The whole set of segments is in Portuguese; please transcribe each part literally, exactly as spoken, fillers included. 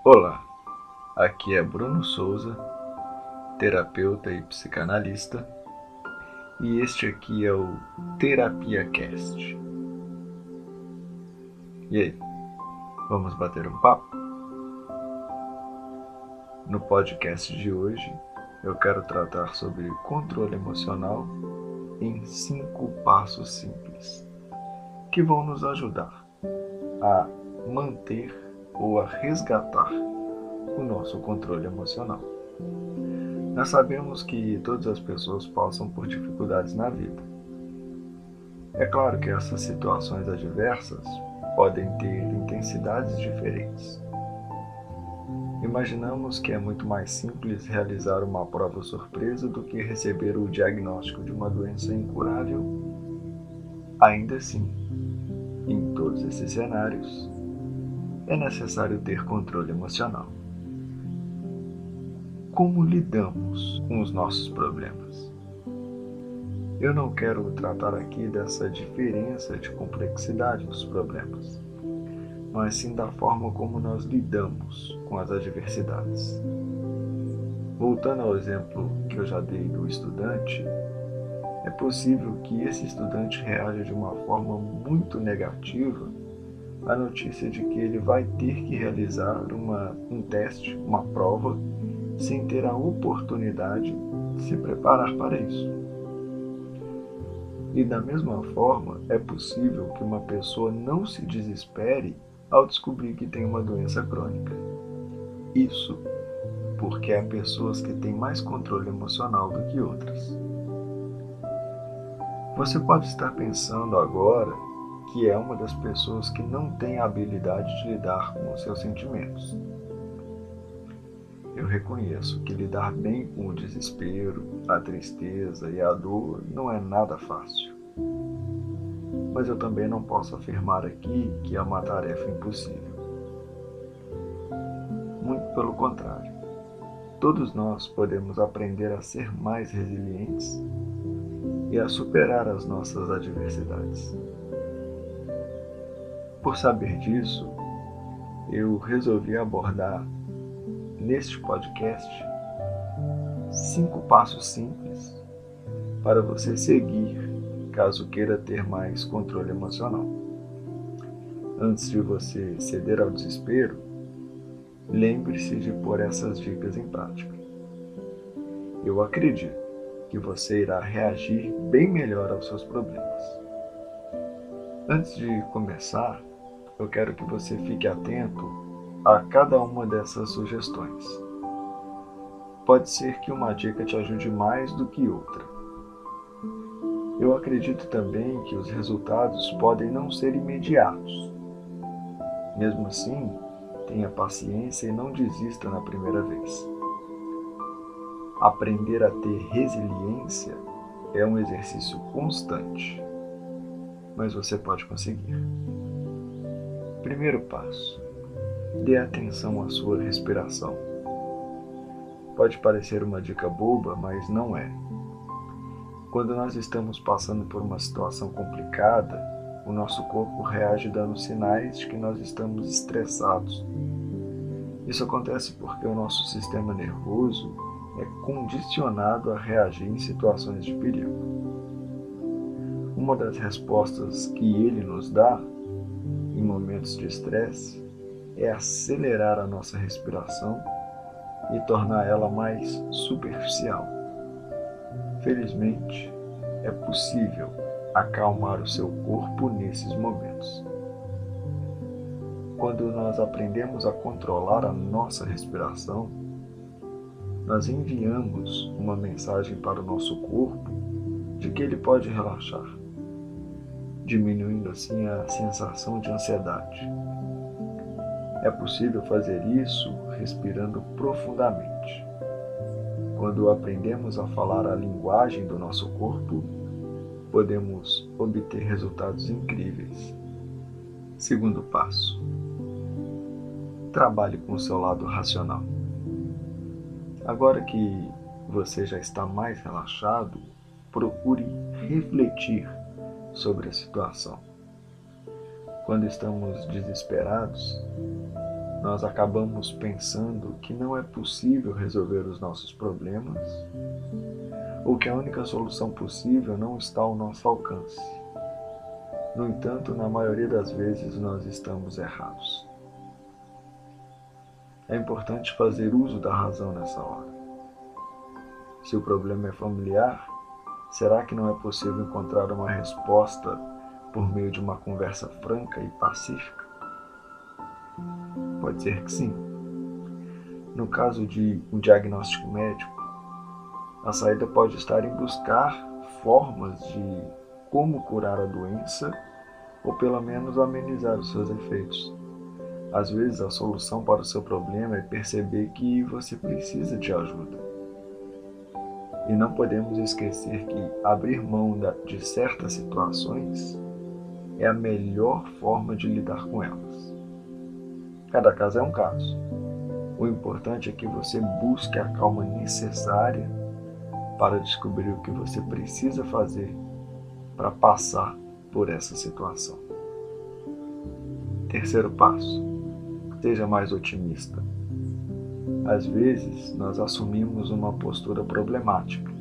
Olá, aqui é Bruno Souza, terapeuta e psicanalista, e este aqui é o Terapia Cast. E aí, vamos bater um papo? No podcast de hoje, eu quero tratar sobre controle emocional em cinco passos simples, que vão nos ajudar a manter ou a resgatar o nosso controle emocional. Nós sabemos que todas as pessoas passam por dificuldades na vida. É claro que essas situações adversas podem ter intensidades diferentes. Imaginamos que é muito mais simples realizar uma prova surpresa do que receber o diagnóstico de uma doença incurável. Ainda assim, em todos esses cenários, é necessário ter controle emocional. Como lidamos com os nossos problemas? Eu não quero tratar aqui dessa diferença de complexidade dos problemas, mas sim da forma como nós lidamos com as adversidades. Voltando ao exemplo que eu já dei do estudante, é possível que esse estudante reaja de uma forma muito negativa à notícia de que ele vai ter que realizar uma, um teste, uma prova, sem ter a oportunidade de se preparar para isso. E da mesma forma, é possível que uma pessoa não se desespere ao descobrir que tem uma doença crônica. Isso porque há pessoas que têm mais controle emocional do que outras. Você pode estar pensando agora que é uma das pessoas que não tem a habilidade de lidar com os seus sentimentos. Eu reconheço que lidar bem com o desespero, a tristeza e a dor não é nada fácil. Mas eu também não posso afirmar aqui que é uma tarefa impossível. Muito pelo contrário. Todos nós podemos aprender a ser mais resilientes e a superar as nossas adversidades. Por saber disso, eu resolvi abordar neste podcast cinco passos simples para você seguir caso queira ter mais controle emocional. Antes de você ceder ao desespero, lembre-se de pôr essas dicas em prática. Eu acredito que você irá reagir bem melhor aos seus problemas. Antes de começar, eu quero que você fique atento a cada uma dessas sugestões. Pode ser que uma dica te ajude mais do que outra. Eu acredito também que os resultados podem não ser imediatos. Mesmo assim, tenha paciência e não desista na primeira vez. Aprender a ter resiliência é um exercício constante, mas você pode conseguir. Primeiro passo: dê atenção à sua respiração. Pode parecer uma dica boba, mas não é. Quando nós estamos passando por uma situação complicada, o nosso corpo reage dando sinais de que nós estamos estressados. Isso acontece porque o nosso sistema nervoso é condicionado a reagir em situações de perigo. Uma das respostas que ele nos dá em momentos de estresse é acelerar a nossa respiração e tornar ela mais superficial. Felizmente, é possível acalmar o seu corpo nesses momentos. Quando nós aprendemos a controlar a nossa respiração, nós enviamos uma mensagem para o nosso corpo de que ele pode relaxar, diminuindo assim a sensação de ansiedade. É possível fazer isso respirando profundamente. Quando aprendemos a falar a linguagem do nosso corpo, podemos obter resultados incríveis. Segundo passo: trabalhe com o seu lado racional. Agora que você já está mais relaxado, procure refletir sobre a situação. Quando estamos desesperados, nós acabamos pensando que não é possível resolver os nossos problemas ou que a única solução possível não está ao nosso alcance. No entanto, na maioria das vezes nós estamos errados. É importante fazer uso da razão nessa hora. Se o problema é familiar, será que não é possível encontrar uma resposta por meio de uma conversa franca e pacífica? Pode ser que sim. No caso de um diagnóstico médico, a saída pode estar em buscar formas de como curar a doença ou pelo menos amenizar os seus efeitos. Às vezes a solução para o seu problema é perceber que você precisa de ajuda. E não podemos esquecer que abrir mão de certas situações é a melhor forma de lidar com elas. Cada caso é um caso. O importante é que você busque a calma necessária para descobrir o que você precisa fazer para passar por essa situação. Terceiro passo: seja mais otimista. Às vezes, nós assumimos uma postura problemática.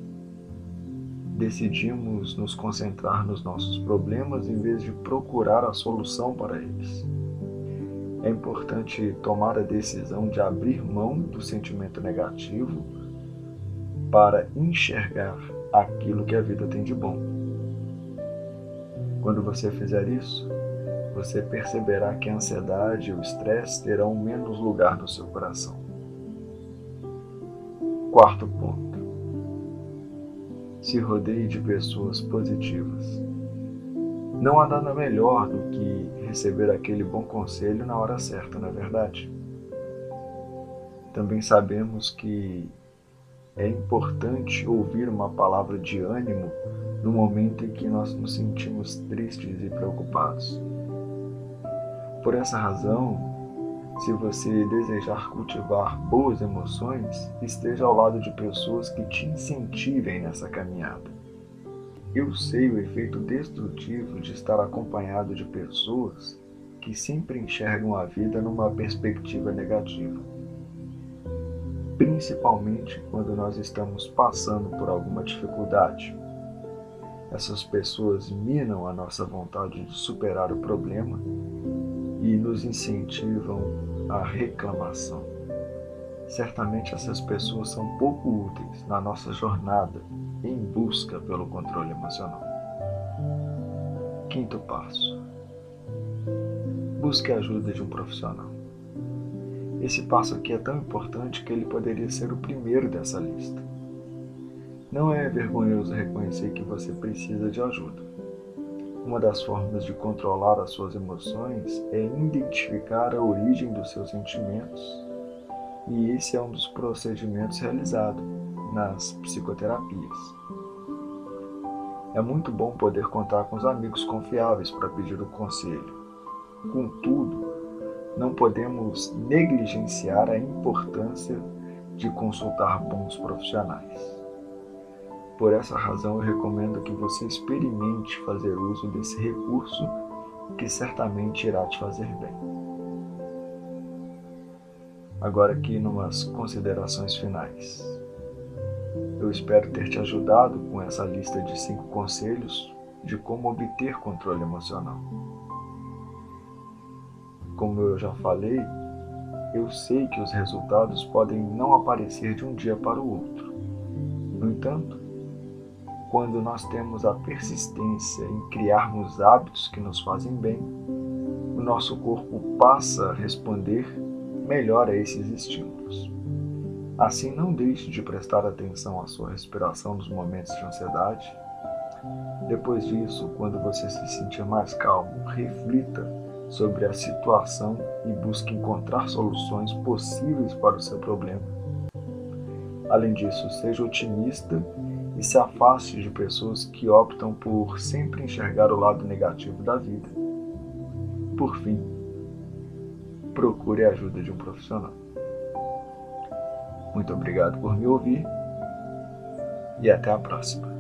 Decidimos nos concentrar nos nossos problemas em vez de procurar a solução para eles. É importante tomar a decisão de abrir mão do sentimento negativo para enxergar aquilo que a vida tem de bom. Quando você fizer isso, você perceberá que a ansiedade e o estresse terão menos lugar no seu coração. Quarto ponto: se rodeie de pessoas positivas. Não há nada melhor do que receber aquele bom conselho na hora certa, não é verdade? Também sabemos que é importante ouvir uma palavra de ânimo no momento em que nós nos sentimos tristes e preocupados. Por essa razão, se você desejar cultivar boas emoções, esteja ao lado de pessoas que te incentivem nessa caminhada. Eu sei o efeito destrutivo de estar acompanhado de pessoas que sempre enxergam a vida numa perspectiva negativa. Principalmente quando nós estamos passando por alguma dificuldade. Essas pessoas minam a nossa vontade de superar o problema e nos incentivam à reclamação. Certamente essas pessoas são pouco úteis na nossa jornada em busca pelo controle emocional. Quinto passo: busque a ajuda de um profissional. Esse passo aqui é tão importante que ele poderia ser o primeiro dessa lista. Não é vergonhoso reconhecer que você precisa de ajuda. Uma das formas de controlar as suas emoções é identificar a origem dos seus sentimentos, e esse é um dos procedimentos realizados nas psicoterapias. É muito bom poder contar com os amigos confiáveis para pedir o conselho. Contudo, não podemos negligenciar a importância de consultar bons profissionais. Por essa razão, eu recomendo que você experimente fazer uso desse recurso, que certamente irá te fazer bem. Agora aqui, numas considerações finais. Eu espero ter te ajudado com essa lista de cinco conselhos de como obter controle emocional. Como eu já falei, eu sei que os resultados podem não aparecer de um dia para o outro. No entanto, quando nós temos a persistência em criarmos hábitos que nos fazem bem, o nosso corpo passa a responder melhor a esses estímulos. Assim, não deixe de prestar atenção à sua respiração nos momentos de ansiedade. Depois disso, quando você se sentir mais calmo, reflita sobre a situação e busque encontrar soluções possíveis para o seu problema. Além disso, seja otimista e se afaste de pessoas que optam por sempre enxergar o lado negativo da vida. Por fim, procure a ajuda de um profissional. Muito obrigado por me ouvir e até a próxima.